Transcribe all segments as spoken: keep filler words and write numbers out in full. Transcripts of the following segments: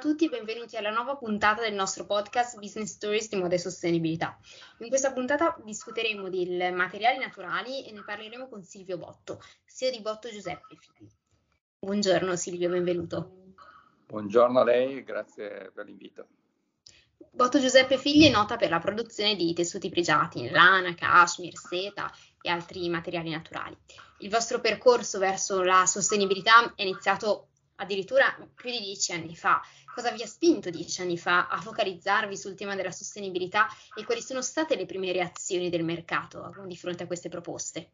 tutti e benvenuti alla nuova puntata del nostro podcast Business Stories di moda e sostenibilità. In questa puntata discuteremo di materiali naturali e ne parleremo con Silvio Botto, C E O di Botto Giuseppe Figli. Buongiorno Silvio, benvenuto. Buongiorno a lei e grazie per l'invito. Botto Giuseppe Figli è nota per la produzione di tessuti pregiati in lana, cashmere, seta e altri materiali naturali. Il vostro percorso verso la sostenibilità è iniziato addirittura più di dieci anni fa. Cosa vi ha spinto dieci anni fa a focalizzarvi sul tema della sostenibilità e quali sono state le prime reazioni del mercato di fronte a queste proposte?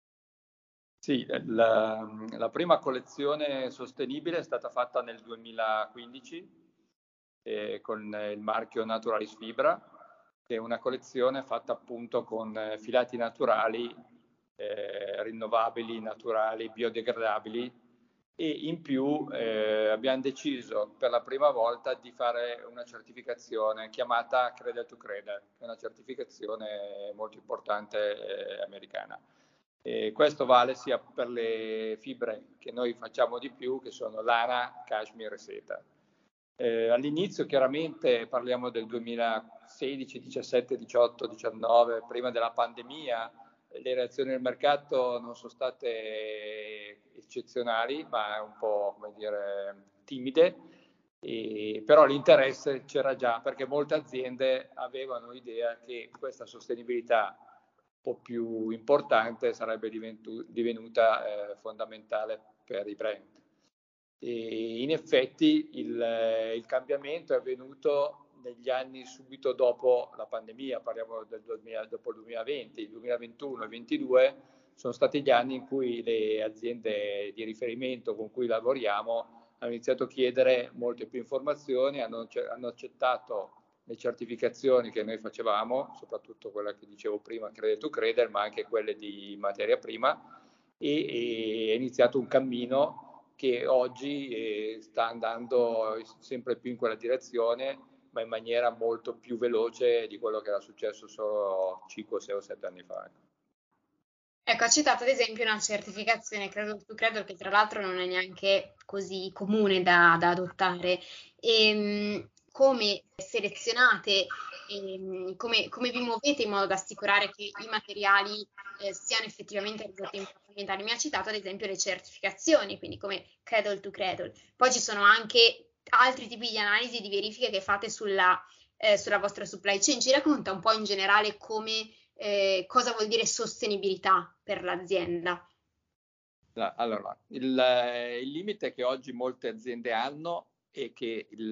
Sì, la, la prima collezione sostenibile è stata fatta nel duemilaquindici eh, con il marchio Naturalis Fibra, che è una collezione fatta appunto con filati naturali, eh, rinnovabili, naturali, biodegradabili. E in più eh, abbiamo deciso per la prima volta di fare una certificazione chiamata Cradle to Cradle, che è una certificazione molto importante eh, americana. E questo vale sia per le fibre che noi facciamo di più, che sono lana, cashmere e seta. Eh, all'inizio chiaramente parliamo del duemilasedici, diciassette, diciotto, diciannove, prima della pandemia. Le reazioni del mercato non sono state eccezionali, ma un po', come dire, timide, e, però l'interesse c'era già perché molte aziende avevano idea che questa sostenibilità un po' più importante sarebbe diventu- divenuta eh, fondamentale per i brand. E in effetti il, il cambiamento è avvenuto negli anni subito dopo la pandemia, parliamo del duemila, dopo il duemilaventi, il duemilaventuno e il duemilaventidue sono stati gli anni in cui le aziende di riferimento con cui lavoriamo hanno iniziato a chiedere molte più informazioni, hanno, hanno accettato le certificazioni che noi facevamo, soprattutto quella che dicevo prima, Cradle to Cradle, ma anche quelle di materia prima, e, e è iniziato un cammino che oggi eh, sta andando sempre più in quella direzione, ma in maniera molto più veloce di quello che era successo solo cinque, sei o sette anni fa. Ecco, ha citato ad esempio una certificazione, credo, credo che tra l'altro non è neanche così comune da, da adottare. E, come selezionate, e, come, come vi muovete in modo da assicurare che i materiali eh, siano effettivamente ridotti in impatto ambientale? Mi ha citato ad esempio le certificazioni, quindi come Cradle to Cradle. Poi ci sono anche altri tipi di analisi e di verifiche che fate sulla, eh, sulla vostra supply chain. Ci racconta un po' in generale come Eh, cosa vuol dire sostenibilità per l'azienda? Allora, il, il limite che oggi molte aziende hanno è che il,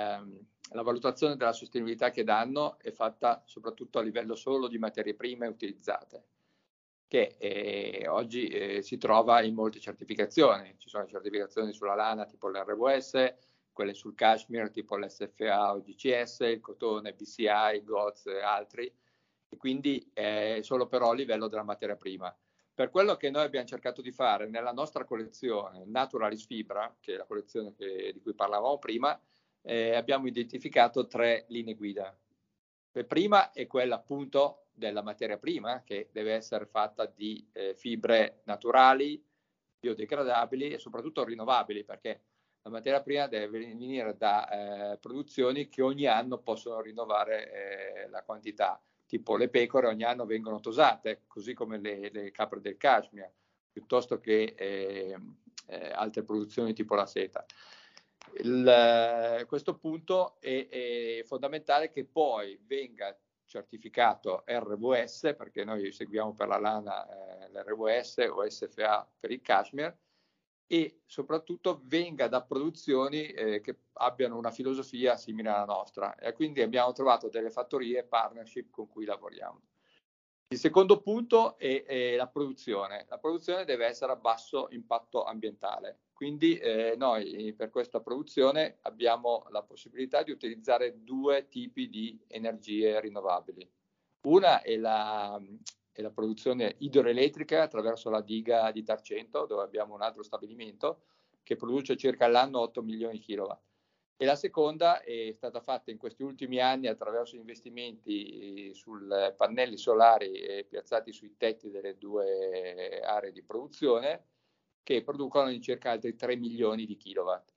la valutazione della sostenibilità che danno è fatta soprattutto a livello solo di materie prime utilizzate, che eh, oggi eh, si trova in molte certificazioni. Ci sono certificazioni sulla lana tipo l'R W S, quelle sul cashmere tipo l'S F A o G C S, il cotone B C I, G O T S e altri, e quindi è solo però a livello della materia prima. Per quello che noi abbiamo cercato di fare nella nostra collezione Naturalis Fibra, che è la collezione che, di cui parlavamo prima, eh, abbiamo identificato tre linee guida. La prima è quella appunto della materia prima, che deve essere fatta di eh, fibre naturali, biodegradabili e soprattutto rinnovabili, perché la materia prima deve venire da eh, produzioni che ogni anno possono rinnovare eh, la quantità. Tipo le pecore ogni anno vengono tosate, così come le, le capre del cashmere, piuttosto che eh, eh, altre produzioni tipo la seta. Il, questo punto è, è fondamentale che poi venga certificato R W S, perché noi seguiamo per la lana eh, l'R W S o S F A per il cashmere, e soprattutto venga da produzioni eh, che abbiano una filosofia simile alla nostra, e quindi abbiamo trovato delle fattorie partnership con cui lavoriamo. Il secondo punto è, è la produzione. La produzione deve essere a basso impatto ambientale, quindi eh, noi per questa produzione abbiamo la possibilità di utilizzare due tipi di energie rinnovabili. Una è la, è la produzione idroelettrica attraverso la diga di Tarcento, dove abbiamo un altro stabilimento che produce circa all'anno otto milioni di kilowatt. E la seconda è stata fatta in questi ultimi anni attraverso investimenti sui pannelli solari piazzati sui tetti delle due aree di produzione, che producono in circa altri tre milioni di kilowatt.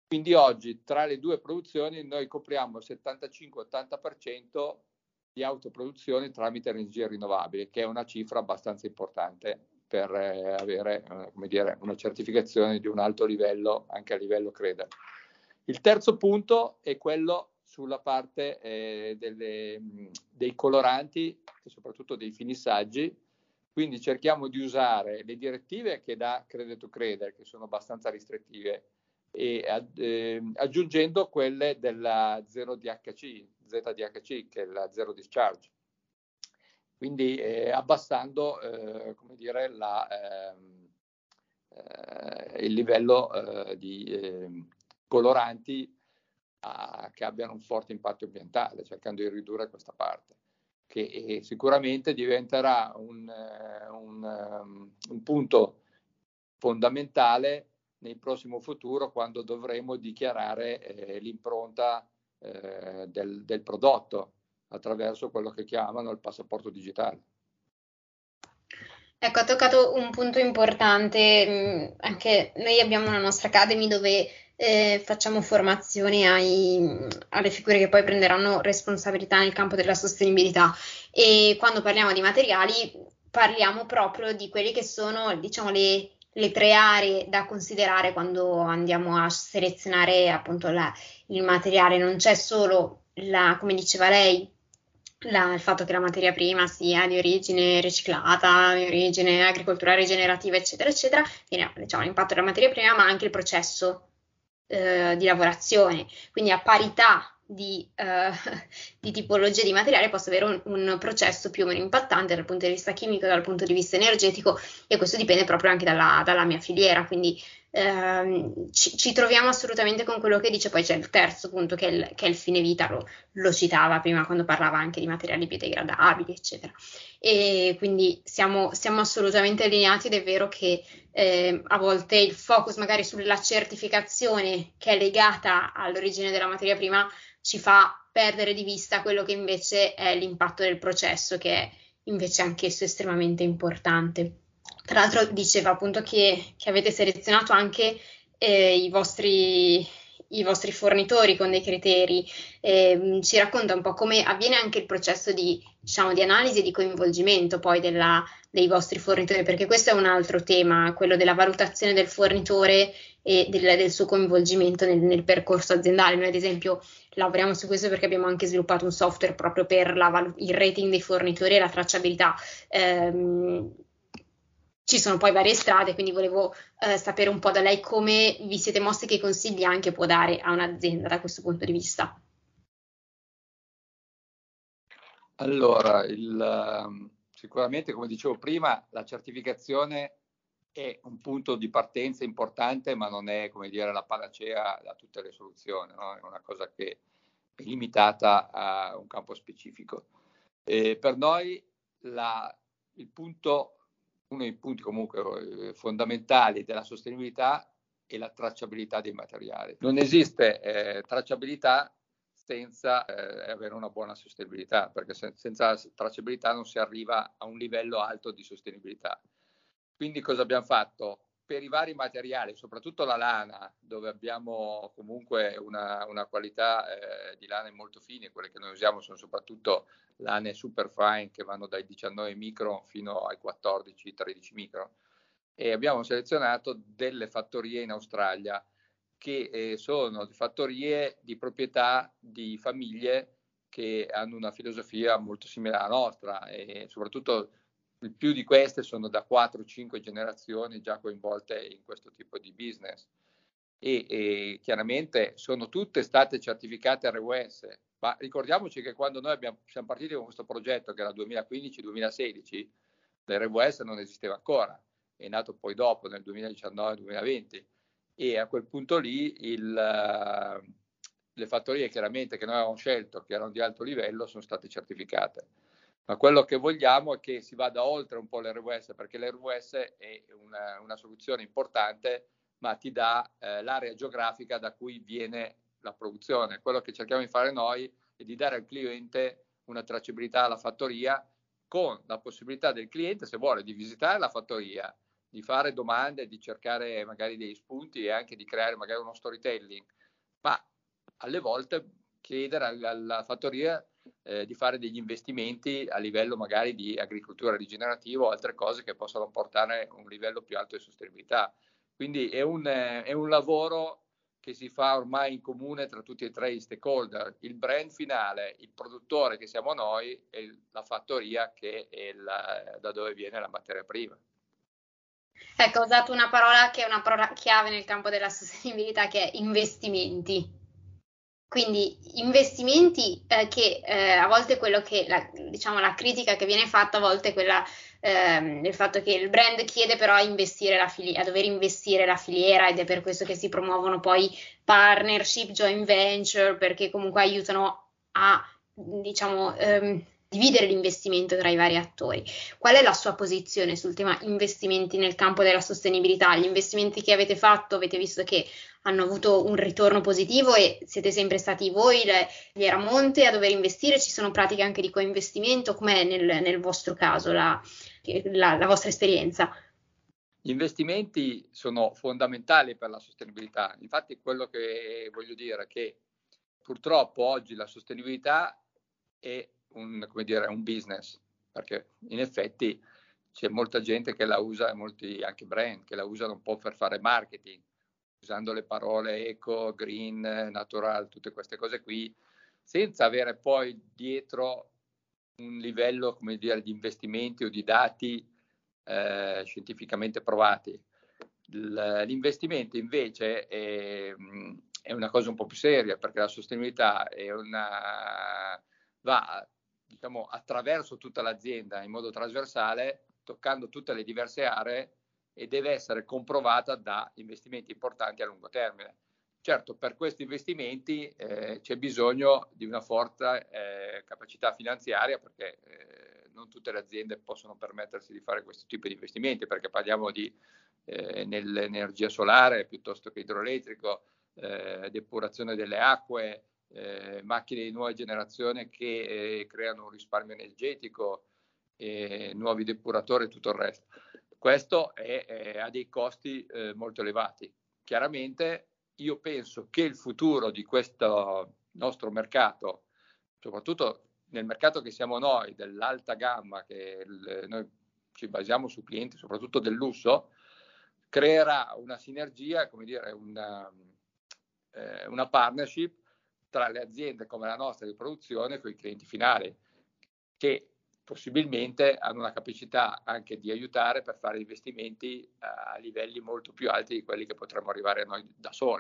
Quindi oggi tra le due produzioni noi copriamo il settantacinque ottanta per cento di autoproduzione tramite energie rinnovabili, che è una cifra abbastanza importante per eh, avere eh, come dire, una certificazione di un alto livello anche a livello CREDA. Il terzo punto è quello sulla parte eh, delle, dei coloranti e soprattutto dei finissaggi. Quindi cerchiamo di usare le direttive che dà Credit to Credit, che sono abbastanza restrittive, e eh, aggiungendo quelle della zero D H C, Z D H C, che è la Zero Discharge. Quindi eh, abbassando eh, come dire, la, ehm, eh, il livello eh, di eh, coloranti a, che abbiano un forte impatto ambientale, cercando di ridurre questa parte, che eh, sicuramente diventerà un, eh, un, um, un punto fondamentale nel prossimo futuro, quando dovremo dichiarare eh, l'impronta eh, del, del prodotto attraverso quello che chiamano il passaporto digitale. Ecco, ha toccato un punto importante. Anche noi abbiamo una nostra Academy dove eh, facciamo formazione ai, alle figure che poi prenderanno responsabilità nel campo della sostenibilità, e quando parliamo di materiali parliamo proprio di quelli che sono, diciamo, le, le tre aree da considerare quando andiamo a selezionare appunto la, il materiale. Non c'è solo la, come diceva lei, la- il fatto che la materia prima sia di origine riciclata, di origine agricolturale rigenerativa, eccetera, eccetera, quindi diciamo l'impatto della materia prima, ma anche il processo eh, di lavorazione. Quindi a parità di, eh, di tipologia di materiale posso avere un, un processo più o meno impattante dal punto di vista chimico, dal punto di vista energetico, e questo dipende proprio anche dalla, dalla mia filiera. Quindi ehm, ci, ci troviamo assolutamente con quello che dice. Poi c'è il terzo punto che è il, che è il fine vita, lo, lo citava prima quando parlava anche di materiali biodegradabili, eccetera. E quindi siamo, siamo assolutamente allineati, ed è vero che eh, a volte il focus magari sulla certificazione, che è legata all'origine della materia prima, ci fa perdere di vista quello che invece è l'impatto del processo, che è invece anch'esso estremamente importante. Tra l'altro diceva appunto che, che avete selezionato anche eh, i vostri, i vostri fornitori con dei criteri. Eh, ci racconta un po' come avviene anche il processo di, diciamo, di analisi e di coinvolgimento poi della, dei vostri fornitori, perché questo è un altro tema, quello della valutazione del fornitore e del, del suo coinvolgimento nel, nel percorso aziendale. Noi ad esempio lavoriamo su questo perché abbiamo anche sviluppato un software proprio per la, il rating dei fornitori e la tracciabilità. Ehm, ci sono poi varie strade, quindi volevo eh, sapere un po' da lei come vi siete mossi, che consigli anche può dare a un'azienda da questo punto di vista. Allora, il, sicuramente, come dicevo prima, la certificazione è un punto di partenza importante, ma non è, come dire, la panacea da tutte le soluzioni, no? È una cosa che è limitata a un campo specifico. E per noi la, il punto, uno dei punti comunque fondamentali della sostenibilità è la tracciabilità dei materiali. Non esiste eh, tracciabilità senza eh, avere una buona sostenibilità, perché se, senza tracciabilità non si arriva a un livello alto di sostenibilità. Quindi cosa abbiamo fatto? Per i vari materiali, soprattutto la lana, dove abbiamo comunque una, una qualità eh, di lane molto fine, quelle che noi usiamo sono soprattutto lane super fine che vanno dai diciannove micron fino ai quattordici tredici micron, e abbiamo selezionato delle fattorie in Australia che eh, sono fattorie di proprietà di famiglie che hanno una filosofia molto simile alla nostra, e soprattutto il più di queste sono da quattro cinque generazioni già coinvolte in questo tipo di business, e, e chiaramente sono tutte state certificate R U S, ma ricordiamoci che quando noi abbiamo, siamo partiti con questo progetto, che era duemilaquindici duemilasedici, l'R U S non esisteva ancora, è nato poi dopo nel duemiladiciannove duemilaventi, e a quel punto lì il, uh, le fattorie chiaramente che noi avevamo scelto, che erano di alto livello, sono state certificate. Ma quello che vogliamo è che si vada oltre un po' l'R U S, perché l'R U S è una, una soluzione importante, ma ti dà eh, l'area geografica da cui viene la produzione. Quello che cerchiamo di fare noi è di dare al cliente una tracciabilità alla fattoria, con la possibilità del cliente, se vuole, di visitare la fattoria, di fare domande, di cercare magari degli spunti e anche di creare magari uno storytelling ma alle volte chiedere alla, alla fattoria eh, di fare degli investimenti a livello magari di agricoltura rigenerativa o altre cose che possano portare a un livello più alto di sostenibilità. Quindi è un, eh, è un lavoro che si fa ormai in comune tra tutti e tre i stakeholder, il brand finale, il produttore che siamo noi e la fattoria che è la, da dove viene la materia prima. Ecco, ho usato una parola che è una parola chiave nel campo della sostenibilità, che è investimenti. Quindi investimenti eh, che eh, a volte quello che, la, diciamo, la critica che viene fatta a volte è quella ehm, del fatto che il brand chiede però a investire la filiera, a dover investire la filiera, ed è per questo che si promuovono poi partnership, joint venture, perché comunque aiutano a, diciamo, ehm, dividere l'investimento tra i vari attori. Qual è la sua posizione sul tema investimenti nel campo della sostenibilità? Gli investimenti che avete fatto, avete visto che hanno avuto un ritorno positivo e siete sempre stati voi, le, gli Eramonte, a dover investire? Ci sono pratiche anche di coinvestimento? Com'è nel, nel vostro caso la, la, la vostra esperienza? Gli investimenti sono fondamentali per la sostenibilità. Infatti quello che voglio dire è che purtroppo oggi la sostenibilità è un, come dire, un business, perché in effetti c'è molta gente che la usa, e molti anche brand che la usano un po' per fare marketing, usando le parole eco, green, natural, tutte queste cose qui, senza avere poi dietro un livello, come dire, di investimenti o di dati eh, scientificamente provati. L'investimento invece è, è una cosa un po' più seria, perché la sostenibilità è una, va, diciamo, attraverso tutta l'azienda in modo trasversale, toccando tutte le diverse aree, e deve essere comprovata da investimenti importanti a lungo termine. Certo, per questi investimenti eh, c'è bisogno di una forte eh, capacità finanziaria, perché eh, non tutte le aziende possono permettersi di fare questo tipo di investimenti, perché parliamo di eh, nell'energia solare piuttosto che idroelettrico, eh, depurazione delle acque, eh, macchine di nuova generazione che eh, creano un risparmio energetico, eh, nuovi depuratori e tutto il resto. Questo è, è, ha dei costi eh, molto elevati. Chiaramente io penso che il futuro di questo nostro mercato, soprattutto nel mercato che siamo noi, dell'alta gamma, che il, noi ci basiamo su clienti soprattutto del lusso, creerà una sinergia, come dire, una, eh, una partnership tra le aziende come la nostra di produzione con i clienti finali, che possibilmente hanno una capacità anche di aiutare per fare investimenti a livelli molto più alti di quelli che potremmo arrivare a noi da soli.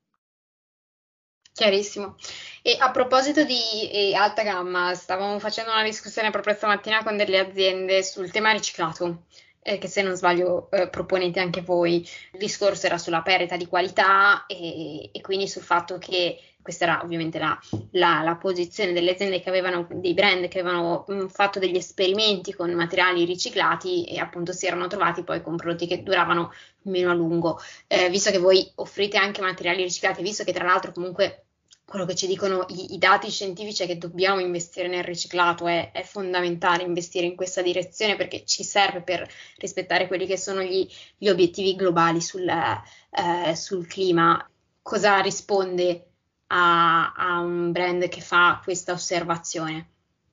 Chiarissimo. E a proposito di eh, alta gamma, stavamo facendo una discussione proprio stamattina con delle aziende sul tema riciclato, eh, che se non sbaglio eh, proponete anche voi. Il discorso era sulla perdita di qualità e, e quindi sul fatto che questa era ovviamente la, la, la posizione delle aziende che avevano, dei brand che avevano mh, fatto degli esperimenti con materiali riciclati e appunto si erano trovati poi con prodotti che duravano meno a lungo. Eh, visto che voi offrite anche materiali riciclati, visto che tra l'altro comunque quello che ci dicono i, i dati scientifici è che dobbiamo investire nel riciclato, è, è fondamentale investire in questa direzione perché ci serve per rispettare quelli che sono gli, gli obiettivi globali sul, eh, sul clima. Cosa risponde a, a un brand che fa questa osservazione?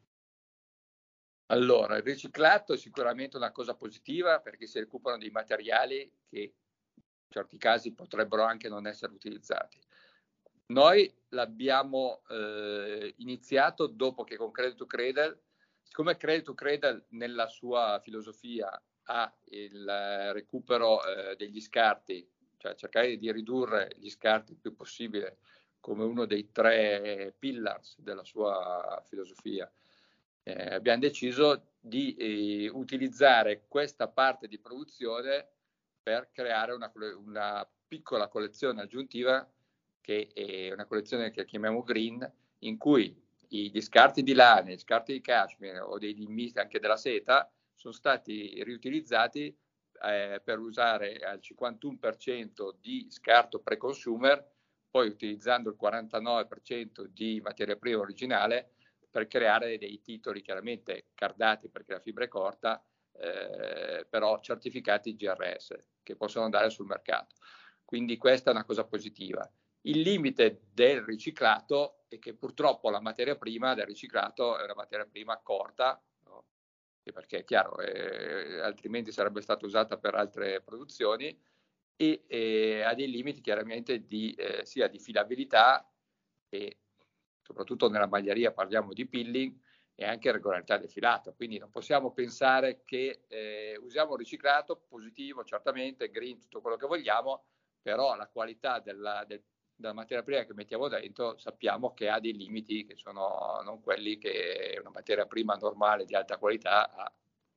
Allora, il riciclato è sicuramente una cosa positiva perché si recuperano dei materiali che in certi casi potrebbero anche non essere utilizzati. Noi l'abbiamo eh, iniziato dopo che con Cradle to Cradle, siccome Cradle to Cradle nella sua filosofia ha il recupero eh, degli scarti, cioè cercare di ridurre gli scarti il più possibile come uno dei tre pillars della sua filosofia, eh, abbiamo deciso di eh, utilizzare questa parte di produzione per creare una, una piccola collezione aggiuntiva che è una collezione che chiamiamo green, in cui gli scarti di lana, gli scarti di cashmere o dei limiti anche della seta sono stati riutilizzati eh, per usare al cinquantuno per cento di scarto pre-consumer, poi utilizzando il quarantanove per cento di materia prima originale per creare dei titoli chiaramente cardati perché la fibra è corta, eh, però certificati G R S che possono andare sul mercato. Quindi questa è una cosa positiva. Il limite del riciclato è che purtroppo la materia prima del riciclato è una materia prima corta, no? Perché è chiaro, eh, altrimenti sarebbe stata usata per altre produzioni, e eh, ha dei limiti chiaramente di, eh, sia di filabilità, e soprattutto nella maglieria parliamo di pilling, e anche regolarità del filato. Quindi non possiamo pensare che eh, usiamo riciclato, positivo certamente, green, tutto quello che vogliamo, però la qualità della, del, della materia prima che mettiamo dentro sappiamo che ha dei limiti che sono non quelli che una materia prima normale di alta qualità ha.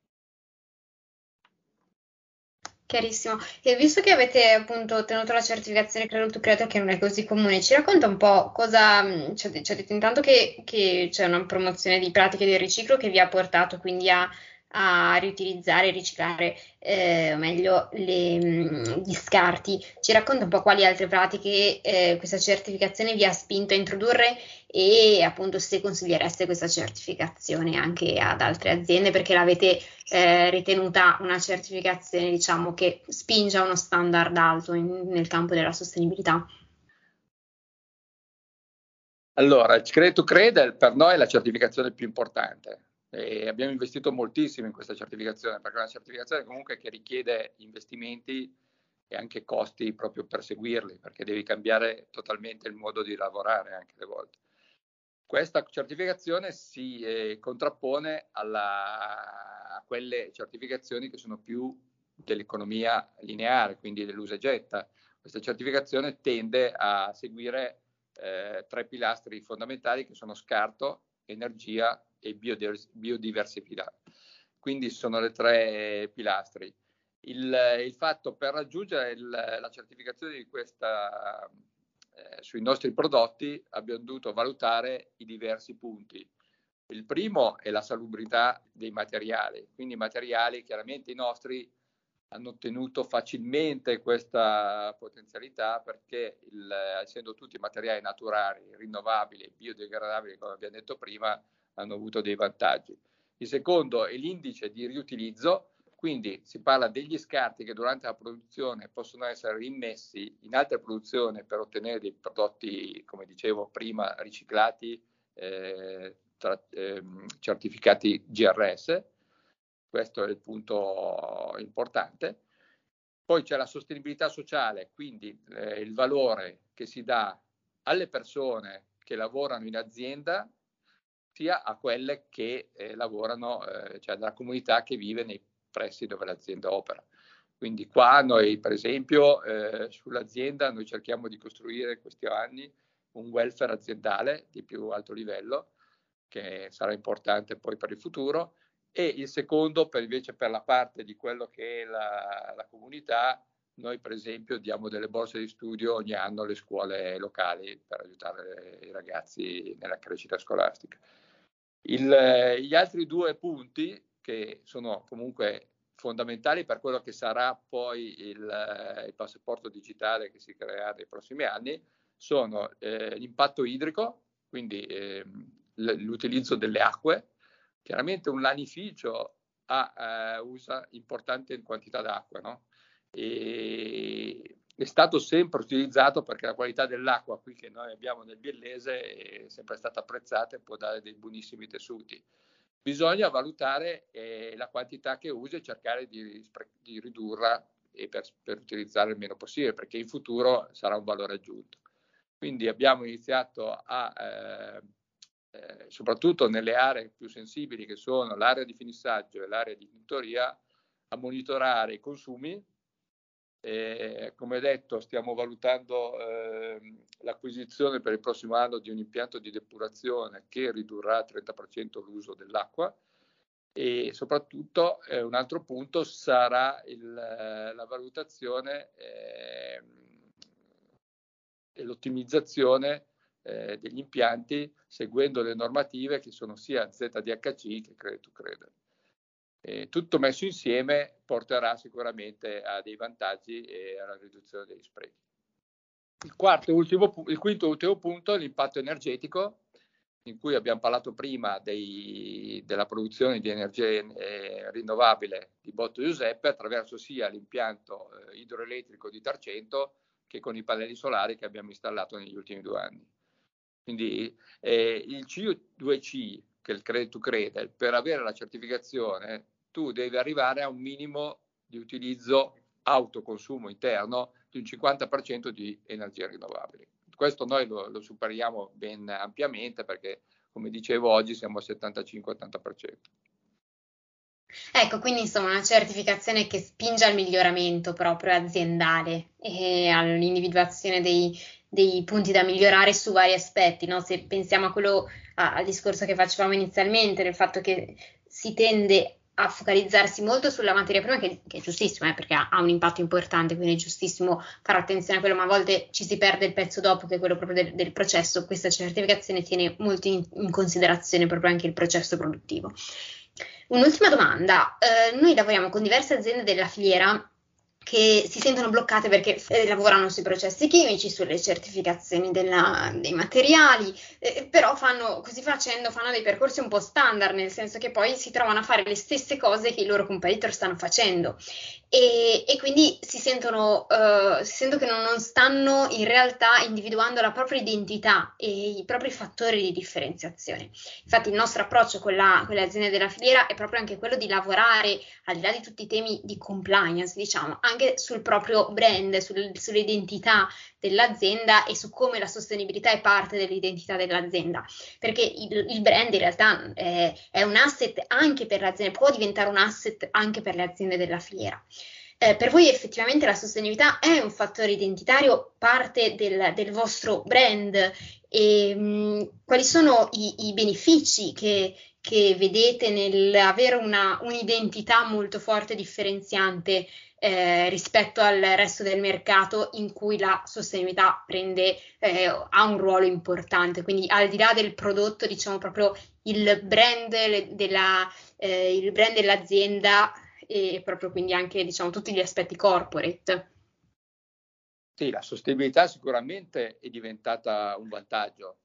Chiarissimo. E visto che avete appunto ottenuto la certificazione Cradle to Creator, che non è così comune, ci racconta un po' cosa, mh, ci ha ci ha detto intanto che, che c'è una promozione di pratiche del riciclo che vi ha portato quindi a, a riutilizzare e riciclare eh, o meglio le, mh, gli scarti. Ci racconta un po' quali altre pratiche eh, questa certificazione vi ha spinto a introdurre, e appunto se consigliereste questa certificazione anche ad altre aziende, perché l'avete eh, ritenuta una certificazione, diciamo, che spinge a uno standard alto in- nel campo della sostenibilità. Allora, Cradle to Cradle per noi è la certificazione più importante, e abbiamo investito moltissimo in questa certificazione, perché è una certificazione comunque che richiede investimenti e anche costi proprio per seguirli, perché devi cambiare totalmente il modo di lavorare anche alle volte. Questa certificazione si eh, contrappone alla, a quelle certificazioni che sono più dell'economia lineare, quindi dell'usa e getta. Questa certificazione tende a seguire eh, tre pilastri fondamentali che sono scarto, energia e biodivers- biodiversità. Quindi sono le tre pilastri. Il, il fatto per raggiungere il, la certificazione di questa eh, sui nostri prodotti abbiamo dovuto valutare i diversi punti. Il primo è la salubrità dei materiali, quindi i materiali chiaramente i nostri hanno ottenuto facilmente questa potenzialità perché il, essendo tutti materiali naturali, rinnovabili, biodegradabili, come abbiamo detto prima, hanno avuto dei vantaggi. Il secondo è l'indice di riutilizzo, quindi si parla degli scarti che durante la produzione possono essere rimmessi in altre produzioni per ottenere dei prodotti, come dicevo prima, riciclati, eh, tra, eh, certificati G R S. Questo è il punto importante. Poi c'è la sostenibilità sociale, quindi eh, il valore che si dà alle persone che lavorano in azienda, sia a quelle che eh, lavorano, eh, cioè dalla comunità che vive nei pressi dove l'azienda opera. Quindi qua noi, per esempio, eh, sull'azienda noi cerchiamo di costruire in questi anni un welfare aziendale di più alto livello, che sarà importante poi per il futuro, e il secondo per invece per la parte di quello che è la, la comunità. Noi per esempio diamo delle borse di studio ogni anno alle scuole locali per aiutare i ragazzi nella crescita scolastica. Il, gli altri due punti che sono comunque fondamentali per quello che sarà poi il, il passaporto digitale che si creerà nei prossimi anni sono eh, l'impatto idrico, quindi eh, l'utilizzo delle acque. Chiaramente un lanificio ha, eh, usa importante quantità d'acqua, no? E è stato sempre utilizzato perché la qualità dell'acqua qui che noi abbiamo nel Biellese è sempre stata apprezzata e può dare dei buonissimi tessuti. Bisogna valutare eh, la quantità che usa e cercare di, di ridurla e per, per utilizzare il meno possibile, perché in futuro sarà un valore aggiunto. Quindi abbiamo iniziato a, eh, eh, soprattutto nelle aree più sensibili che sono l'area di finissaggio e l'area di tintoria, a monitorare i consumi. E, come detto, stiamo valutando eh, l'acquisizione per il prossimo anno di un impianto di depurazione che ridurrà al trenta per cento l'uso dell'acqua, e soprattutto eh, un altro punto sarà il, la valutazione eh, e l'ottimizzazione eh, degli impianti seguendo le normative che sono sia Z D H C che Cradle to Cradle. Eh, tutto messo insieme porterà sicuramente a dei vantaggi e alla riduzione degli sprechi. Il, quarto e ultimo, il quinto e ultimo punto è l'impatto energetico, in cui abbiamo parlato prima dei, della produzione di energia eh, rinnovabile di Botto Giuseppe attraverso sia l'impianto eh, idroelettrico di Tarcento che con i pannelli solari che abbiamo installato negli ultimi due anni. Quindi eh, il C due C, che è il Credit to Credit, per avere la certificazione tu devi arrivare a un minimo di utilizzo autoconsumo interno di un cinquanta per cento di energie rinnovabili. Questo noi lo, lo superiamo ben ampiamente perché, come dicevo, oggi siamo al settantacinque ottanta per cento. Ecco, quindi insomma una certificazione che spinge al miglioramento proprio aziendale e all'individuazione dei, dei punti da migliorare su vari aspetti, no? Se pensiamo a quello, a- al discorso che facevamo inizialmente, del fatto che si tende a focalizzarsi molto sulla materia prima, che, che è giustissimo, eh, perché ha, ha un impatto importante, quindi è giustissimo fare attenzione a quello, ma a volte ci si perde il pezzo dopo, che è quello proprio del, del processo. Questa certificazione tiene molto in, in considerazione proprio anche il processo produttivo. Un'ultima domanda. Eh, noi lavoriamo con diverse aziende della filiera che si sentono bloccate perché eh, lavorano sui processi chimici, sulle certificazioni della- dei materiali, eh, però fanno, così facendo fanno dei percorsi un po' standard, nel senso che poi si trovano a fare le stesse cose che i loro competitor stanno facendo e, e quindi si sentono, eh, si sentono che non, non stanno in realtà individuando la propria identità e i propri fattori di differenziazione. Infatti il nostro approccio con, la, con le aziende della filiera è proprio anche quello di lavorare, al di là di tutti i temi di compliance, diciamo, anche sul proprio brand, sul, sull'identità dell'azienda e su come la sostenibilità è parte dell'identità dell'azienda, perché il, il brand in realtà è, è un asset anche per l'azienda, può diventare un asset anche per le aziende della filiera. Eh, per voi effettivamente la sostenibilità è un fattore identitario, parte del, del vostro brand e mh, quali sono i, i benefici che, che vedete nell'avere una, un'identità molto forte e differenziante eh, rispetto al resto del mercato in cui la sostenibilità prende, eh, ha un ruolo importante, quindi al di là del prodotto, diciamo proprio il brand, le, della, eh, il brand dell'azienda e proprio quindi anche diciamo tutti gli aspetti corporate. Sì, la sostenibilità sicuramente è diventata un vantaggio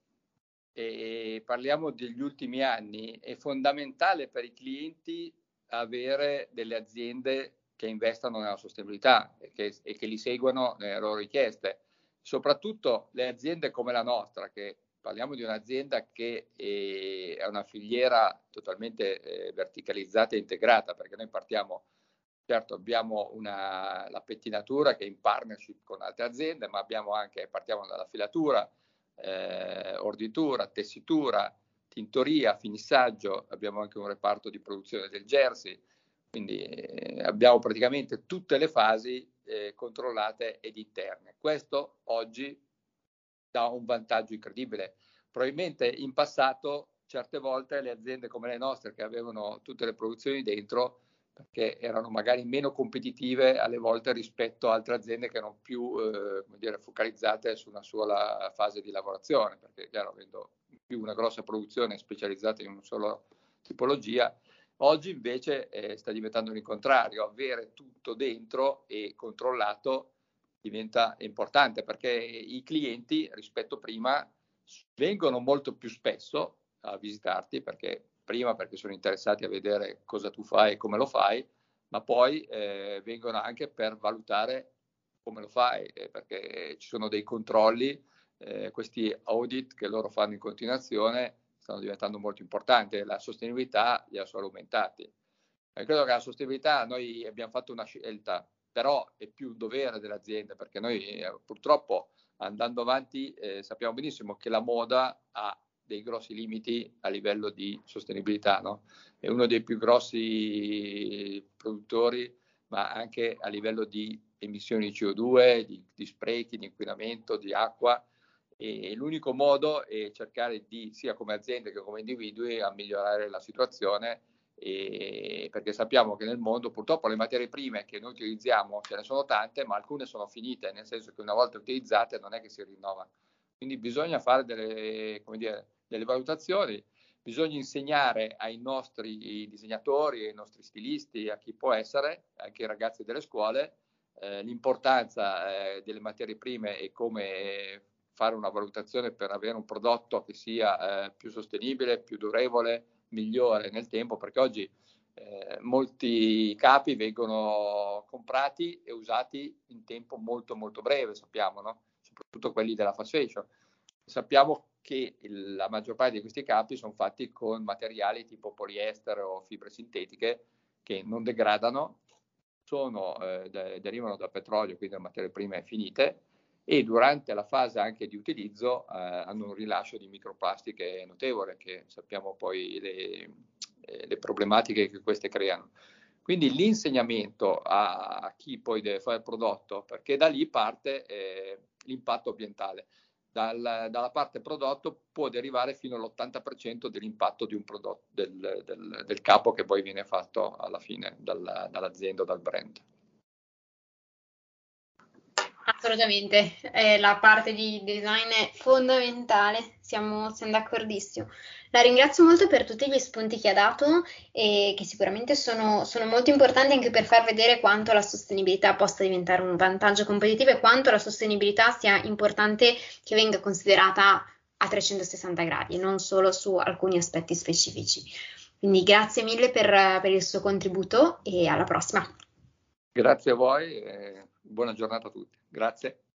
e parliamo degli ultimi anni, è fondamentale per i clienti avere delle aziende che investano nella sostenibilità e che, e che li seguano nelle loro richieste, soprattutto le aziende come la nostra, che parliamo di un'azienda che è una filiera totalmente eh, verticalizzata e integrata, perché noi partiamo. Certo, abbiamo una, la pettinatura che è in partnership con altre aziende, ma abbiamo anche, partiamo dalla filatura, eh, orditura, tessitura, tintoria, finissaggio, abbiamo anche un reparto di produzione del jersey, quindi eh, abbiamo praticamente tutte le fasi eh, controllate ed interne. Questo oggi dà un vantaggio incredibile. Probabilmente in passato certe volte le aziende come le nostre che avevano tutte le produzioni dentro perché erano magari meno competitive alle volte rispetto a altre aziende che erano più eh, come dire, focalizzate su una sola fase di lavorazione, perché chiaro, avendo più una grossa produzione specializzata in una sola tipologia, oggi invece eh, sta diventando il contrario, avere tutto dentro e controllato diventa importante perché i clienti rispetto prima vengono molto più spesso a visitarti perché prima perché sono interessati a vedere cosa tu fai e come lo fai, ma poi eh, vengono anche per valutare come lo fai, eh, perché ci sono dei controlli, eh, questi audit che loro fanno in continuazione stanno diventando molto importanti, la sostenibilità li ha solo aumentati. E credo che la sostenibilità noi abbiamo fatto una scelta, però è più un dovere dell'azienda, perché noi eh, purtroppo andando avanti eh, sappiamo benissimo che la moda ha dei grossi limiti a livello di sostenibilità, no? È uno dei più grossi produttori, ma anche a livello di emissioni di C O due, di, di sprechi, di inquinamento, di acqua. E l'unico modo è cercare di, sia come aziende che come individui, a migliorare la situazione, e perché sappiamo che nel mondo purtroppo le materie prime che noi utilizziamo ce ne sono tante, ma alcune sono finite, nel senso che una volta utilizzate non è che si rinnovano. Quindi bisogna fare delle, come dire, delle valutazioni, bisogna insegnare ai nostri disegnatori, ai nostri stilisti, a chi può essere, anche ai ragazzi delle scuole, eh, l'importanza eh, delle materie prime e come fare una valutazione per avere un prodotto che sia eh, più sostenibile, più durevole, migliore nel tempo, perché oggi eh, molti capi vengono comprati e usati in tempo molto molto breve, sappiamo, no? Soprattutto quelli della fast fashion. Sappiamo che il, la maggior parte di questi capi sono fatti con materiali tipo poliestere o fibre sintetiche che non degradano, sono, eh, de- derivano dal petrolio, quindi da materie prime finite, e durante la fase anche di utilizzo eh, hanno un rilascio di microplastiche notevole, che sappiamo poi le, eh, le problematiche che queste creano. Quindi l'insegnamento a, a chi poi deve fare il prodotto, perché da lì parte eh, l'impatto ambientale. Dal, dalla parte prodotto può derivare fino all'ottanta per cento dell'impatto di un prodotto, del, del, del capo che poi viene fatto alla fine dal, dall'azienda o dal brand. Assolutamente, eh, la parte di design è fondamentale, siamo, siamo d'accordissimo. La ringrazio molto per tutti gli spunti che ha dato e che sicuramente sono, sono molto importanti anche per far vedere quanto la sostenibilità possa diventare un vantaggio competitivo e quanto la sostenibilità sia importante che venga considerata a trecentosessanta gradi, non solo su alcuni aspetti specifici. Quindi grazie mille per, per il suo contributo e alla prossima. Grazie a voi e buona giornata a tutti. Grazie.